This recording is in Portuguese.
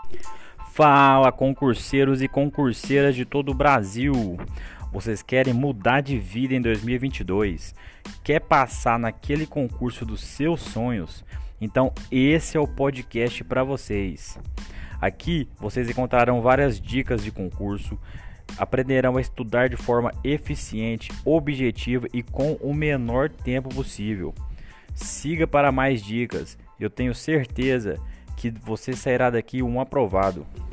Fala, concurseiros e concurseiras de todo o Brasil! Vocês querem mudar de vida em 2022? Quer passar naquele concurso dos seus sonhos? Então esse é o podcast para vocês. Aqui vocês encontrarão várias dicas de concurso, aprenderão a estudar de forma eficiente, objetiva e com o menor tempo possível. Siga para mais dicas, eu tenho certeza que você sairá daqui um aprovado.